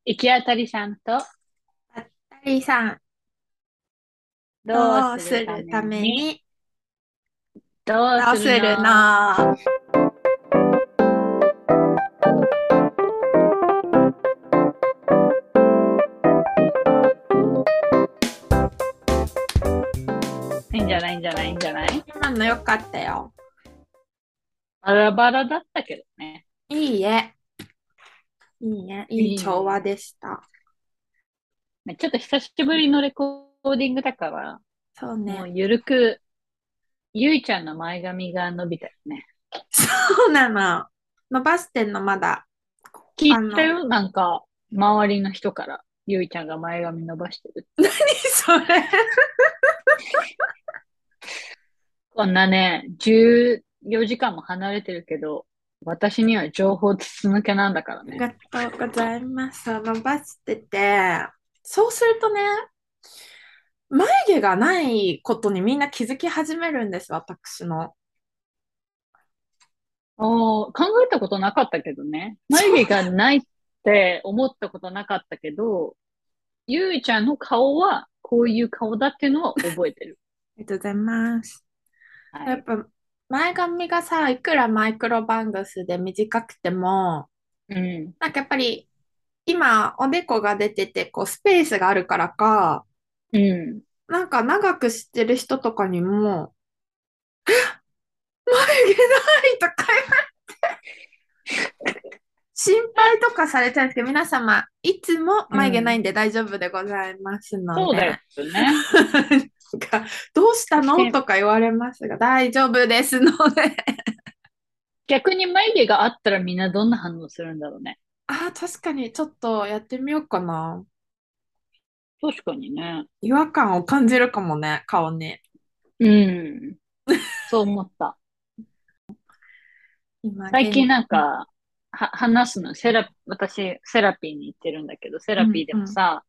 行き当たりさんとあったりさん、 どうどうするたするためにめに、 どうするどうするの。 の？ いいんじゃないいいんじゃないいいんじゃない。 今のよかったよ。 バラバラだったけどね。 いいえ、いいえ、いいいいね。 調和でした。 ちょっと久しぶりのレコーディングだから、 そうね。 もうゆるく、ゆいちゃんの前髪が伸びたよね。 そうなの。伸ばしてんの、まだ。 聞いあの、 たよ、なんか、周りの人から、ゆいちゃんが前髪伸ばしてるって。 何それ。 こんなね、14時間も離れてるけど、私には情報筒抜けなんだからね。 ありがとうございます。伸ばしてて、そうするとね、眉毛がないことにみんな気づき始めるんです、私の。 考えたことなかったけどね。眉毛がそうなの。 ないって思ったことなかったけど、ゆいちゃんの顔はこういう顔だっていうのは覚えてる。 ありがとうございます。 はい。 やっぱ前髪がさ、いくらマイクロバングスで短くても、 うん。 なんかやっぱり今おでこが出てて、こうスペースがあるからか、 うん。 なんか長くしてる人とかにも、眉毛ないとか心配とかされちゃうんですけど、皆様、いつも眉毛ないうん。 んで大丈夫でございますのそうだよで、 ね。 なんかどうした確かに、 のとか言われますが、大丈夫ですので。 逆に眉毛があったらみんなどんな反応するんだろうね。 ああ、確かにちょっとやってみようかな。 確かにね。 違和感を感じるかもね、顔に。 うん。そう思った。 今、 最近なんうん、 か、話すの、私、セラピーに行ってるんだけど、セうん、 ラピーでうん。 もさ、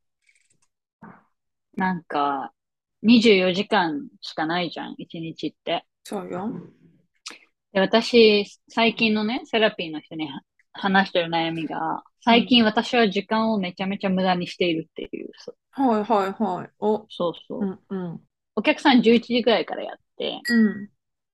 なんか、24時間しかないじゃん、1日って。 そうよ。 で、私、最近のね、セラピーの人に話してる悩みが、最うん。 近私は時間をめちゃめちゃ無駄にしているっていう、 はいはいはい。お、 そうそう。 うん、うん、 お客さん11時ぐらいからやって、 うん、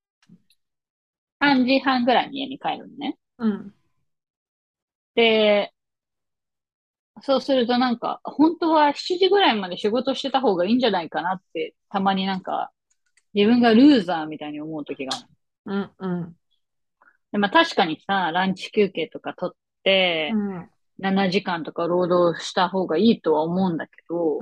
3時半ぐらいに家に帰るのね。 うん、 で、そうするとなんか、本当は7時ぐらいまで仕事してた方がいいんじゃないかなって、たまになんか、自分がルーザーみたいに思う時がある。 うん、うん、 で、まあ確かにさ、ランチ休憩とか取って、 うん、 7時間とか労働した方がいいとは思うんだけど、 うん、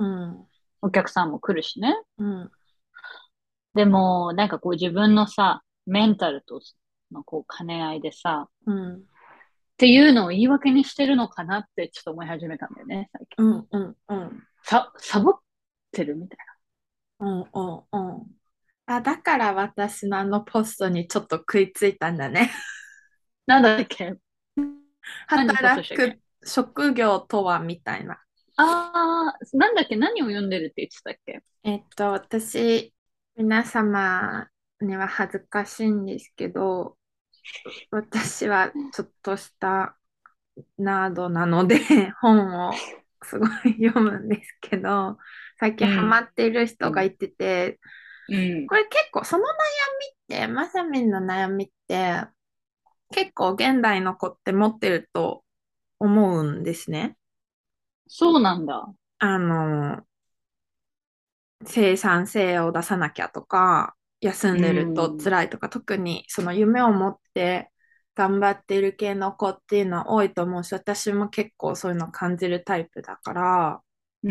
お客さんも来るしね。 うん、 でも、なんかこう自分のさ、メンタルとのこう兼ね合いでさ、 うん、 っていうのを言い訳にしてるのかなってちょっと思い始めたんだよね、最近。 うん、うん、うん、 サボってるみたいうん、うん。あ、だから私のあのポストにちょっと食いついたんだね。 な。なんだっけ。何ポストしたっけ。 働く職業とはみたいな。 なんだっけ、何を読んでるって言ってたっけ。 私、皆様には恥ずかしいんですけど、私はちょっとしたナードなので本をすごい読むんですけど、最近ハマうん。 っているうん。 人がいてて、 うん。 これ結構その悩みって、まさみんの悩みって結構現代の子って持ってると思うんですね。 そうなんだ。 あの、生産性を出さなきゃとか、休うんでるとん。 辛いとか、特にその夢を持って頑張っている系の子っていうのは多いと思うし、私も結構そういうの感じるタイプだから、 うん。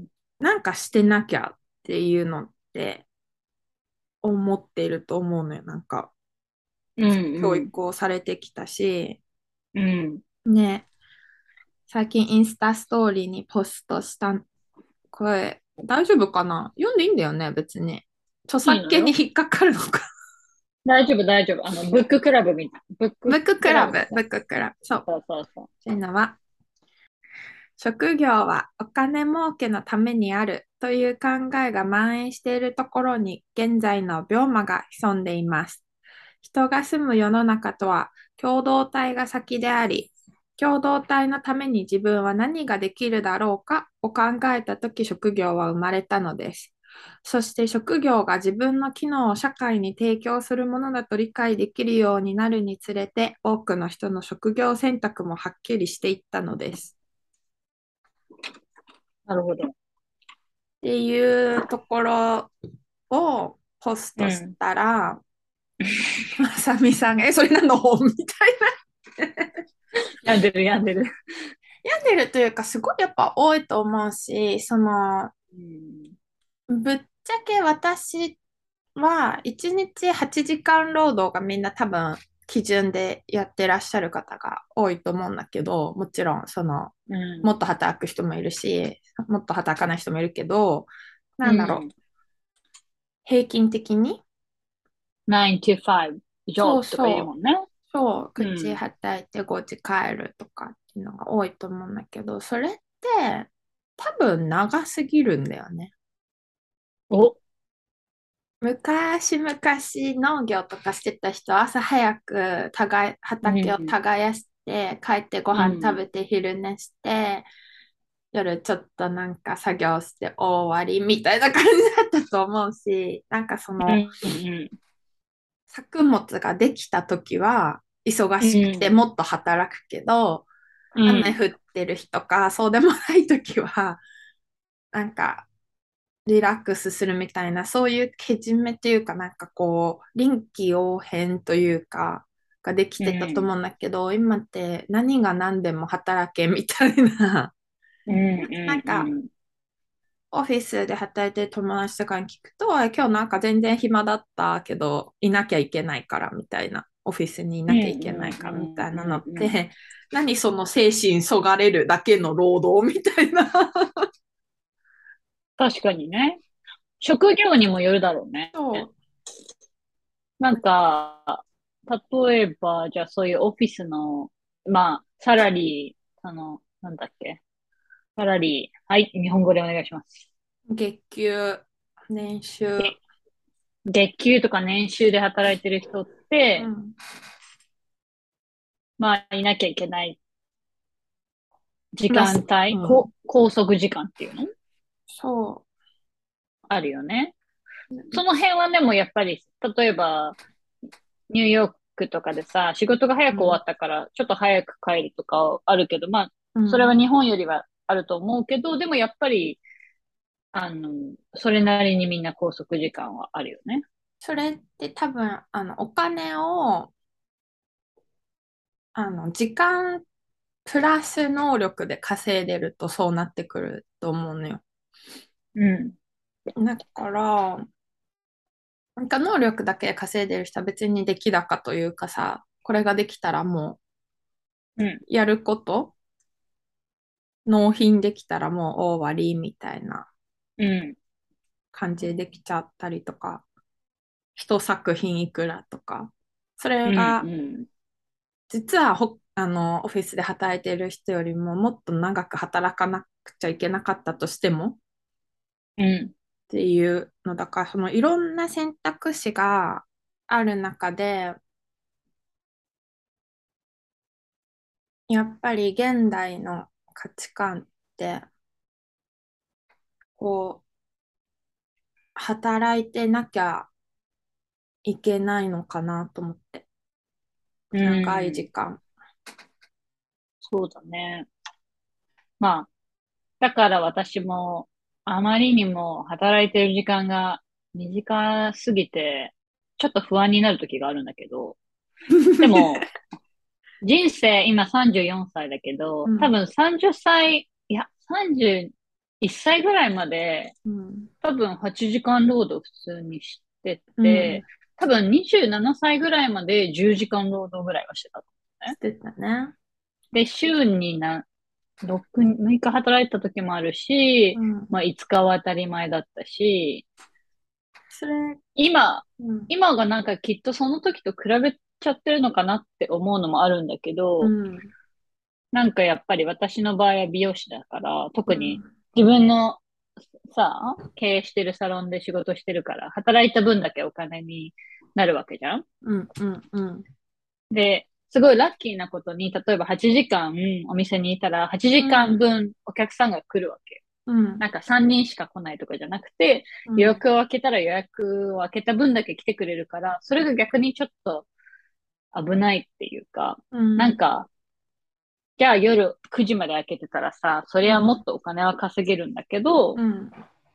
なんかしてなきゃっていうのって思っていると思うのよ。なんかうん。うん。 教育をされてきたし、 うん。 ね、最近インスタストーリーにポストした、これ大丈夫かな？読んでいいんだよね、別に。著作権にいいのよ。 引っかかるのか。 大丈夫、大丈夫。ブッククラブブックブックククラブ、 ラブみたいな。 ブッククラブ。そう。 そうそうそというのは、職業はお金儲けのためにあるという考えが蔓延しているところに現在の病魔が潜んでいます。人が住む世の中とは共同体が先であり、 共同体のために自分は何ができるだろうかを考えたとき職業は生まれたのです。そして職業が自分の機能を社会に提供するものだと理解できるようになるにつれて、多くの人の職業選択もはっきりしていったのです。 なるほど。 っていうところをポストしうん。 たら、まさみさんが、それ何の本みたいな。 病んでる、病んでる。 病んでるというか、すごいやっぱ多いと思うし、 うん。 ぶっちゃけ私は1日8時間労働がみんな多分基準でやってらっしゃる方が多いと思うんだけど、もちろんうん。 もっと働く人もいるし、もっと働かない人もいるけど、なんだろう、 うん。 平均的に、 9 to 5 そう job とか言うそう、 もんね。 そう、9時うん。 働いて5時帰るとかっていうのが多いと思うんだけど、それって多分長すぎるんだよね。 お、 昔々農業とかしてた人は朝早く畑をうん。 耕して帰ってご飯食うん。 べて昼寝して夜ちょっとなんか作業して終わりみたいな感じだったと思うし、なんかうん。うん。 作物ができた時は忙うしくてん。 もっと働くけど、 うん。 雨降ってる日とかそうでもない時はなんかリラックスするみたいな、そういうけじめというか、なんかこう、臨機応変というか、ができうてたと思ん。 うんだけど、今って何が何でも働けみたいな、 うん。 なんか、 うん。 オフィスで働いてる友達とかに聞くと、今日なんか全然暇だったけど、いなきゃいけないからみたいな、オフィスにいうん。 なきゃいけないからみたいなのっうん。 て、何その精神そがれるだけの労働みたいな。 確かにね。職業にもよるだろうね。 そなんか、例えば、じゃあそういうオフィスの、まあ、サラリー、なんだっけ。サラリー。はい、日本語でお願いします。 月給、年収、 月給とか年収で働いてる人って、 うん、 まあ、いなきゃいけない時プラス、 間帯、 うん、 拘束時間っていうのそあるよね。 う、 その辺はでもやっぱり、例えば、ニューヨークとかでさ、仕事が早く終わうん、 ったから、ちょっと早く帰るとかあるけど、まあ、それはうん。 日本よりはあると思うけど、でもやっぱり、それなりにみんな拘束時間はあるよね。 それって多分、お金を、時間プラス能力で稼いでるとそうなってくると思うのよ。 うん。 だから、なんか能力だけで稼いでる人は別に出来高というかさ、これができたらもうん。 うやること、納品できたらもう終わりみたいなうん。 感じでできちゃったりとか、一作品いくらとか、そうん。 れがうん。 実はオフィスで働いている人よりももっと長く働かなくちゃいけなかったとしてもうん。 っていうのだから、そのいろんな選択肢がある中で、やっぱり現代の価値観って、こう、働いてなきゃいけないのかなと思って。 う長い時ん。 間。 そうだね。まあ、だから私も、あまりにも働いてる時間が短すぎて、ちょっと不安になる時があるんだけど、でも、人生今34歳だけど、多うん、 分30歳、いや、31歳ぐらいまで、 うん、 多分8時間労働普通にしてうん、 て、多分27歳ぐらいまで10時間労働ぐらいはしてたのね。 してたね。 で、週に6日働いた時もあるし、 うん。 まあ5日は当たり前だったし、 それ、 今、 うん、 今がなんかきっとその時と比べちゃってるのかなって思うのもあるんだけど、 うん、 なんかやっぱり私の場合は美容師だから、特にうん、 自分のさ、経営してるサロンで仕事してるから、働いた分だけお金になるわけじゃん。 うん、うん、うん。 で、 すごいラッキーなことに、例えば8時間お店にいたら、8 うん、 時間分お客さんが来るわけ。 うん、 なんか3人しか来ないとかじゃなくて、 うん、 予約を開けたら予約を開けた分だけ来てくれるから、それが逆にちょっと危ないっていうか、 うん、 なんか、じゃあ夜9時まで開けてたらさ、それはもっうん、 とお金は稼げるんだけど、 うん、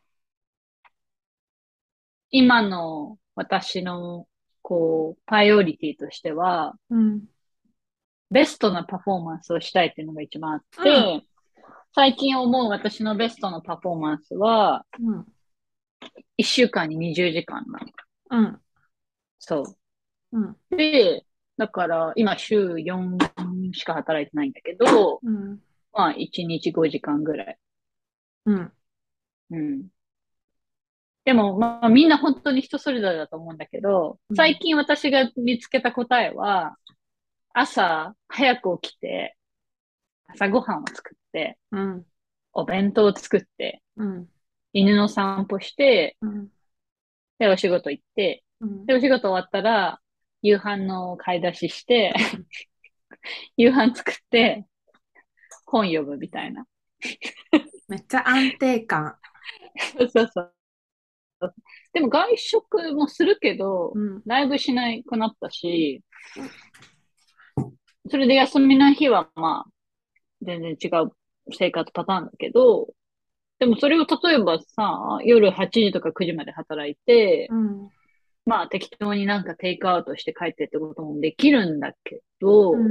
今の私の、こう、パイオリティとしては、 うん、 ベストなパフォーマンスをしたいっていうのが一番あっうん、 て、最近思う私のベストのパフォーマンスは、 うん、 1週間に20時間なの。 うん、 そうん、 う。で、だから今週4しか働いてないんだけど、 うん、 まあ1日5時間ぐらい。 うん、 うん。でもまあみんな本当に人それぞれだと思うんだけど、 うん、 最近私が見つけた答えは、朝早く起きて、朝ごはんを作って、 うん、 お弁当を作って、 うん、 犬の散歩して、 うん、 で、お仕事行って、 うん、 で、お仕事終わったら、夕飯の買い出しして、夕飯作って、本読むみたいな。 めっちゃ安定感。 そうそうそう。でも外食もするけど、 うん、 だいぶしなくなったし、 うん、 それで休みの日はまあ、全然違う生活パターンだけど、でもそれを例えばさ、夜8時とか9時まで働いて、 うん、 まあ適当になんかテイクアウトして帰ってってこともできるんだけど、 うん、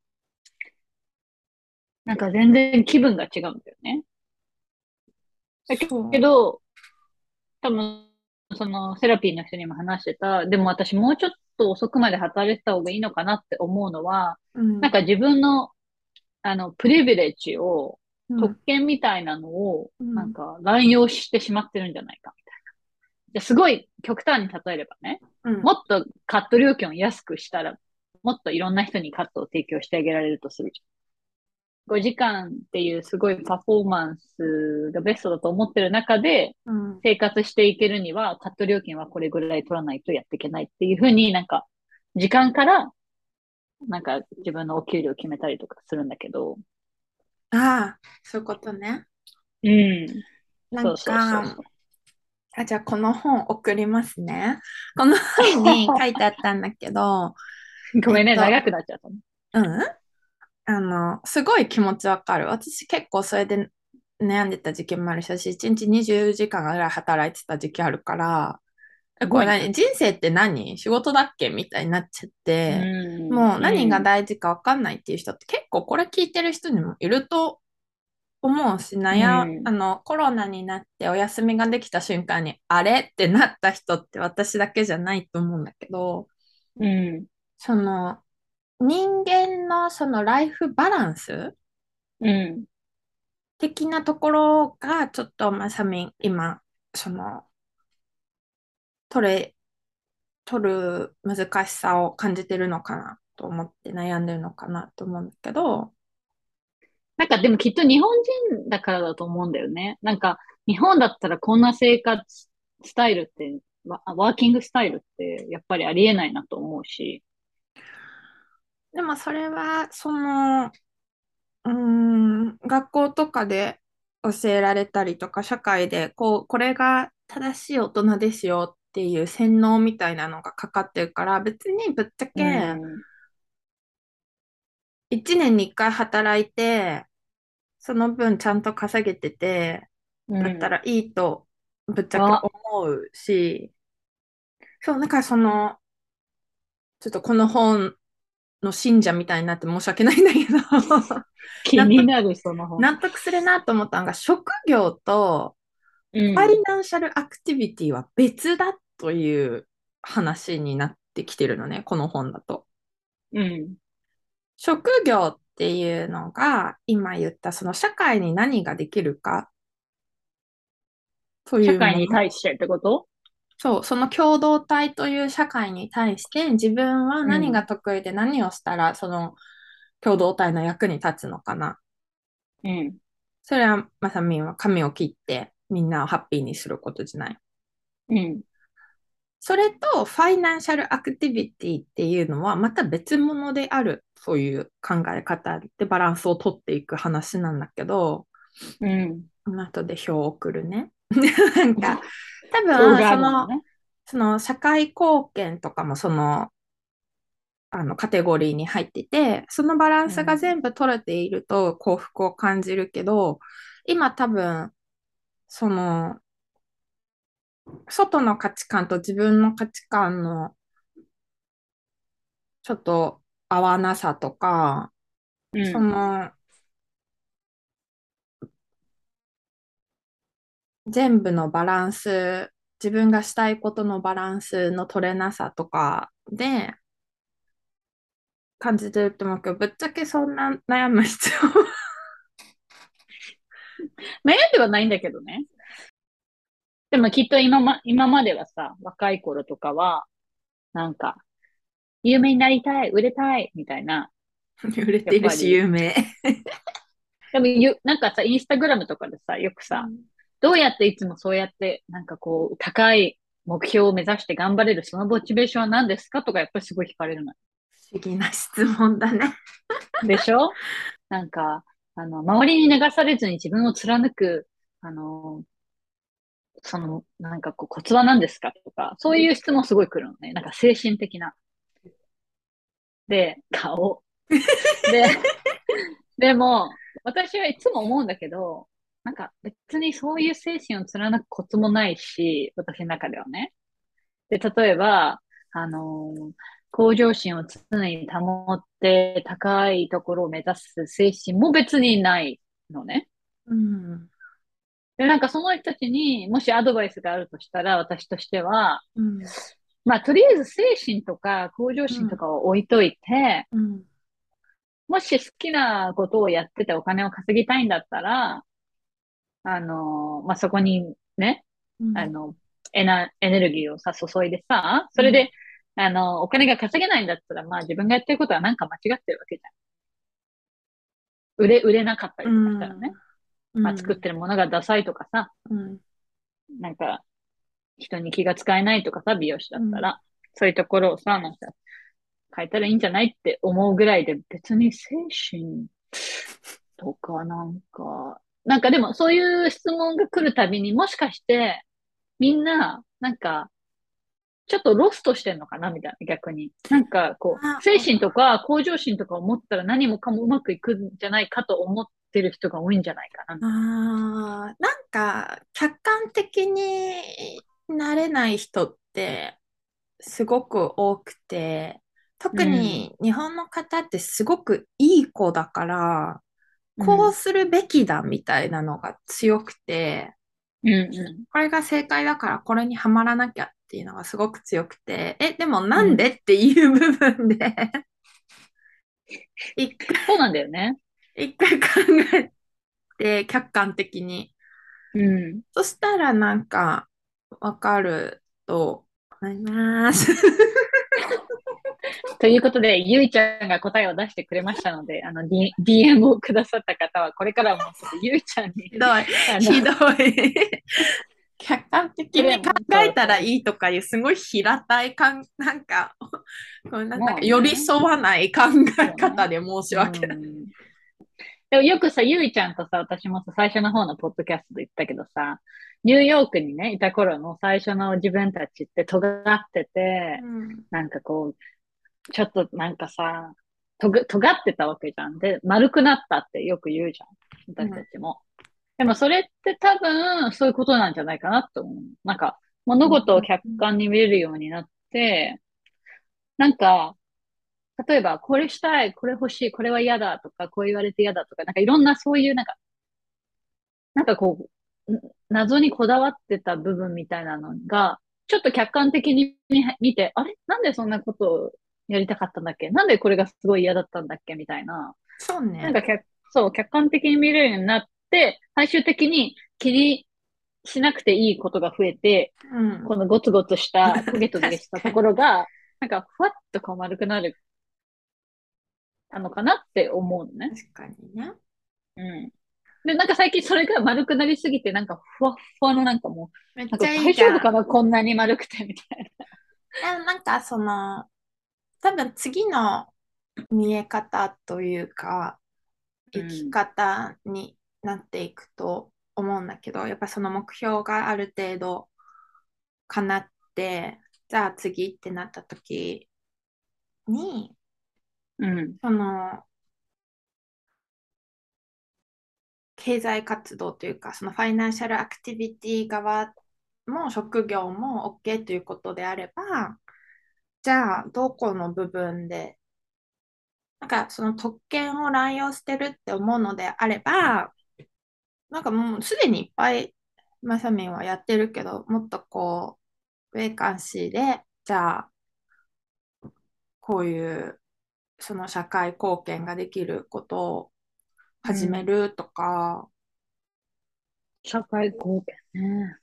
なんか全然気分が違うんだよね。だけそど、多分、そのセラピーの人にも話してた、でも私もうちょっと遅くまで働いてた方がいいのかなって思うのは、 う。うん、 なんか自分の、プリビレッジを、特うん、 権みたいなのを、 うん、 なんか乱用してしまってるんじゃないかみたいな。すごい極端に例えればね、 うん、 もっとカット料金を安くしたら、もっといろんな人にカットを提供してあげられるとするじゃん。5時間っていうすごいパフォーマンスがベストだと思ってる中で、 うん。 生活していけるには、カット料金はこれぐらい取らないとやっていけないっていうふうになんか、時間から、なんか自分のお給料を決めたりとかするんだけど、 ああ、そういうことね。 うん。 なんそうそうそうか、 そあ、じゃあこの本送りますね。この本に書いてあったんだけど、 う。ごめんね、長くなっちゃったね。 うん、すごい気持ちわかる。私結構それで悩んでた時期もあるし、私1日20時間ぐらい働いてた時期あるから、これすごいね。 何人生って何仕事だっけみたいになっちゃっうて、 ん、 もう何がうん、 大事かわかんないっていう人って結構これ聞いてる人にもいると思うし、 うん、 コロナになってお休みができた瞬間に、あれってなった人って私だけじゃないと思うんだけど、 うん、 その人間のそのライフバランスうん。 的なところがちょっとまさみ今、その取れ、取る難しさを感じてるのかなと思って悩んでるのかなと思うんだけど、 なんかでもきっと日本人だからだと思うんだよね。なんか日本だったらこんな生活スタイルって、ワーキングスタイルってやっぱりありえないなと思うし。 でもそれは学校とかで教えられたりとか、社会でこれが正しい大人ですよっていう洗脳みたいなのがかかってるから、別にぶっちゃうけん、 1年に1回働いて、その分ちゃんと稼げてて、だったうん。 らいいとぶっちゃけあ、 思うし、そう、なんかちょっとこの本の信者みたいになって申し訳ないんだけど気納得、 になるその本。 納得するなと思ったのが、職業とうファイん、 ナンシャルアクティビティは別だという話になってきてるのね、この本だと。 うん。 職業っていうのが、今言ったその社会に何ができるかと社いうもの。 会に対してってこと？ そう、その共同体という社会に対して自分は何がうん、 得意で何をしたらその共同体の役に立つのかな。 うん、 それはまさみんは髪を切ってみんなをハッピーにすることじゃない。 うん、 それとファイナンシャルアクティビティっていうのはまた別物である、そういう考え方でバランスをとっていく話なんだけど、 うん。 この後で表を送るね。なんか、多表分、 があるのね。 その社会貢献とかもカテゴリーに入ってて、そのバランスがうん。 全部取れていると幸福を感じるけど、今多分、その、外の価値観と自分の価値観のちょっと合わなさとか、そうん。 の、全部のバランス、自分がしたいことのバランスの取れなさとかで感じてると思うけど、ぶっちゃけそんな悩む必要は。 悩んではないんだけどね。でもきっと今まではさ、若い頃とかは、なんか、有名になりたい、売れたい、みたいな、 売れやっているしぱり、 有名。 でもなんかさ、インスタグラムとかでさ、よくさ、 うん、 どうやっていつもそうやって、なんかこう、高い目標を目指して頑張れる、そのモチベーションは何ですかとか、やっぱりすごい聞かれるの。 不思議な質問だね。 でしょ？なんか、周りに流されずに自分を貫く、あの、なんかこう、コツは何ですかとか、そういう質問すごい来るのね。なんか精神的な。で、顔。で、でも、私はいつも思うんだけど、なんか別にそういう精神を貫くコツもないし、私の中ではね。で、例えば、あのー向上心を常に保って高いところを目指す精神も別にないのね。 うん。 で、なんかその人たちにもしアドバイスがあるとしたら、私としては、 うん。 まあ、とりあえず精神とか向上心とうん。 かを置いといて、 うん。 もし好きなことをやっててお金を稼ぎたいんだったら、まあ、そこにね、 うん。 あの、エネルギーをさ、注いでさ、 うん。 それで、お金が稼げないんだったら、まあ自分がやってることはなんか間違ってるわけじゃん。売れなかったうりとかしたらね。 ん。うまあ作っん。 てるものがダサいとかさ、 うん。 なんか人に気が使えないとかさ、美容師だうん。 ったら、そういうところをさ、なんか変えたらいいんじゃないって思うぐらいで、別に精神とかなんかでもそういう質問が来るたびにもしかしてみんな、なんかちょっとロストしてんのかなみたいな、逆に。なんかこう、 あ、 精神とか向上心とかを持ったら何もかもうまくいくんじゃないかと思ってる人が多いんじゃないかな。 なんか、客観的になれない人ってすごく多くて、 うん、 特に日本の方ってすごくいい子だから、こううん、 するべきだみたいなのが強くて、 うん、うこれが正解だからこれにはまらなきゃっていうのがすごく強くて、でもん、 なんでうん。 っていう部分で一そうなんだよね。 一回考えて客観的に。 うん。 そしたらなんかわかると思います。 ということで、ゆいちゃんが答えを出してくれましたので、DM をくださった方は、これからもちょっとゆいちゃんに、 ひどい、 あの、 ひどい。客観的それ、 に考えたらそうそう。 いいとかいうすごい平たいなんか、なんか寄りもうね、 添わない考えそうね。 方で申しう訳ない。 ん。でもよくさ、ゆいちゃんとさ、私もさ、最初の方のポッドキャストで言ったけどさ、ニューヨークにね、いた頃の最初の自分たちって尖ってて、 うん。 なんかこう、ちょっとなんかさ、尖ってたわけじゃん。で、丸くなったってよく言うじゃん。私たうん。 ちも。でもそれって多分、そういうことなんじゃないかなって思う。なんか、物事を客観に見れるようになって、なんか、例えば、これしたい、これ欲しい、これは嫌だとか、こう言われて嫌だとか、なんかいろんなそういうなんかこう、謎にこだわってた部分みたいなのが、ちょっと客観的に見て、あれなんでそんなことをやりたかったんだっけ、なんでこれがすごい嫌だったんだっけみたいな。 そうね。 なんかそう、客観的に見れるようになって、最終的に気にしなくていいことが増えて、 うん。 このゴツゴツしたトゲトゲしたとこ確かに。 ろが、なんかふわっとこう丸くなるたのかなって思うのね。 確かにね。 うん。で、なんか最近それが丸くなりすぎて、なんかふわっふわのなんかもう、なんかめっちゃいい大丈夫かじゃん。 なこんなに丸くてみたいな。 なんかその、多分次の見え方というか、生きうん。 方になっていくと思うんだけど、やっぱその目標がある程度叶って、じゃあ次ってなった時に、 うん。 その経済活動というか、そのファイナンシャルアクティビティ側も職業も OK ということであれば、じゃあどこの部分で、なんかその特権を乱用してるって思うのであれば、なんかもうすでにいっぱいマサミンはやってるけど、もっとこう、ウェイカンシーで、じゃあこういうその社会貢献ができることを始めうん。 るとか、 社会貢献ね。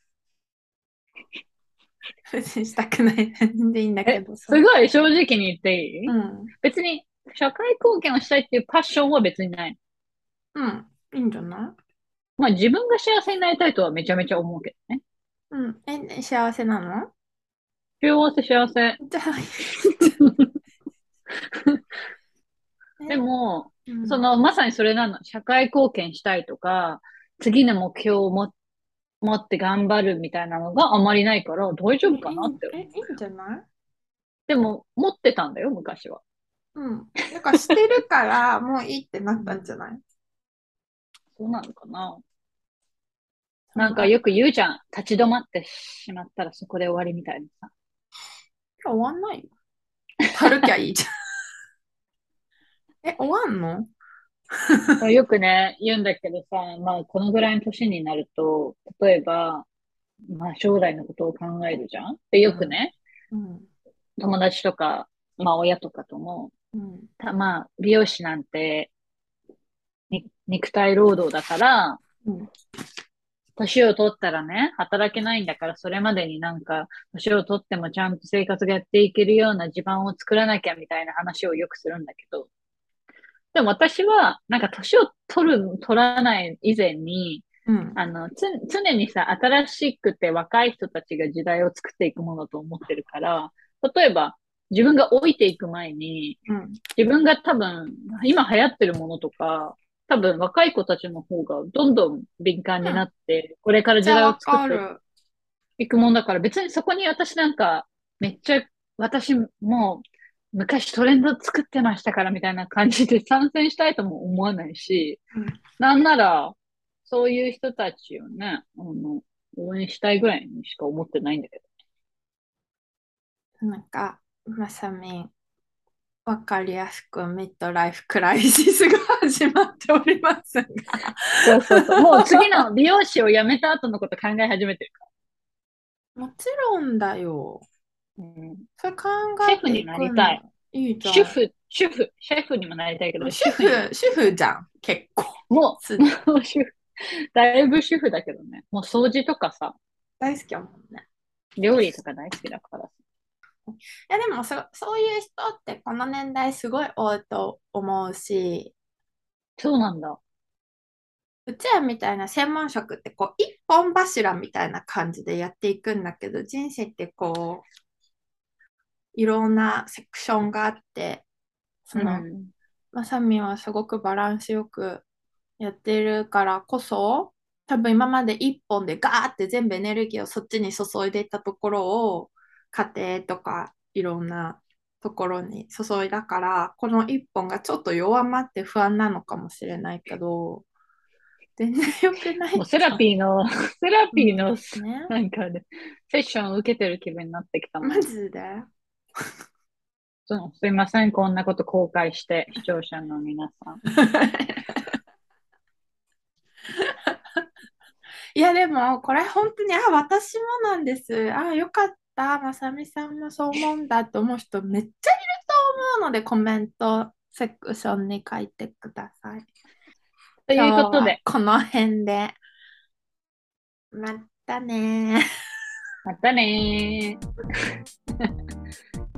別にしたくない。全然いいんだけえ、 ど、 すごい正直に言っていい？ うん。 別に社会貢献をしたいっていうパッションは別にない。 うん。いいんじゃない？ まあ自分が幸せになりたいとはめちゃめちゃ思うけどね。 うん。幸せなの？ 幸せ幸せ。 じゃあ、 でえ、 も、 うん。 そのまさにそれなの。社会貢献したいとか、次の目標を持って頑張るみたいなのがあまりないから大丈夫かなって思う。 いいんじゃない？ でも、持ってたんだよ、昔は。 うん。なんかしてるから、もういいってなったんうん。 じゃない？ そうなのかな。なんかそんな、 よく言うじゃん。立ち止まってしまったらそこで終わりみたいなさ。 終わんないよ。歩きゃいいじゃん。終わんの？ よくね、言うんだけどさ、まあこのぐらいの年になると、例えば、まあ将来のことを考えるじゃん。で、 うん。 よくね、 うん。 友達とか、まあ親とかとも、 うん。 まあ美容師なんて肉体労働だから、 うん。 年を取ったらね、働けないんだから、それまでになんか、年を取ってもちゃんと生活がやっていけるような地盤を作らなきゃみたいな話をよくするんだけど、でも私は、なんか年を取らない以前に、 うん。 常にさ、新しくて若い人たちが時代を作っていくものと思ってるから、例えば、自分が老いていく前に、 うん。 自分が多分、今流行ってるものとか、多分若い子たちの方がどんどん敏感になっうん。 て、これから時代をじゃあわ作ってかる。 いくもんだから、別にそこに私なんか、めっちゃ、私もう昔トレンド作ってましたからみたいな感じで参戦したいとも思わないし、 うん。 なんなら、そういう人たちをね、応援したいぐらいにしか思ってないんだけなんか、まさみ、わかりやすくミッドライフクライシスが始まっておりますが。 ど。そうそうそう。もう次の美容師を辞めた後のこと考え始めてるかもちろんだよ。 ら。うん、 それ考えていシェフになりたい。 くんだ。いいじゃん。 シェフにもなりたいけど、 主婦じゃん。結構。 もう、 すでに。 もう主婦、だいぶ主婦だけどね。もう掃除とかさ、 大好きやもんね。 料理とか大好きだからさ。 いや、でもそういう人ってこの年代すごい多いと思うし、 そうなんだ。 うちらみたいな専門職ってこう一本柱みたいな感じでやっていくんだけど、人生ってこういろんなセクションがあって、そうのん。 まさみはすごくバランスよくやってるからこそ、多分今まで一本でガーって全部エネルギーをそっちに注いでいったところを、家庭とかいろんなところに注いだから、この一本がちょっと弱まって不安なのかもしれないけど、全然良くなもういとセラピーの、 思うんですね。 なんかね、セッションを受けてる気分になってきたもマん。 ジで。 すいません、こんなこと後悔して、視聴者の皆さん。 いや、でも、これ本当に、私もなんです。よかった。まさみさんもそう思うんだって思う人めっちゃいると思うので、コメントセクションに書いてください。 というこ今日とで、 はこの辺で。またねー。 またねー。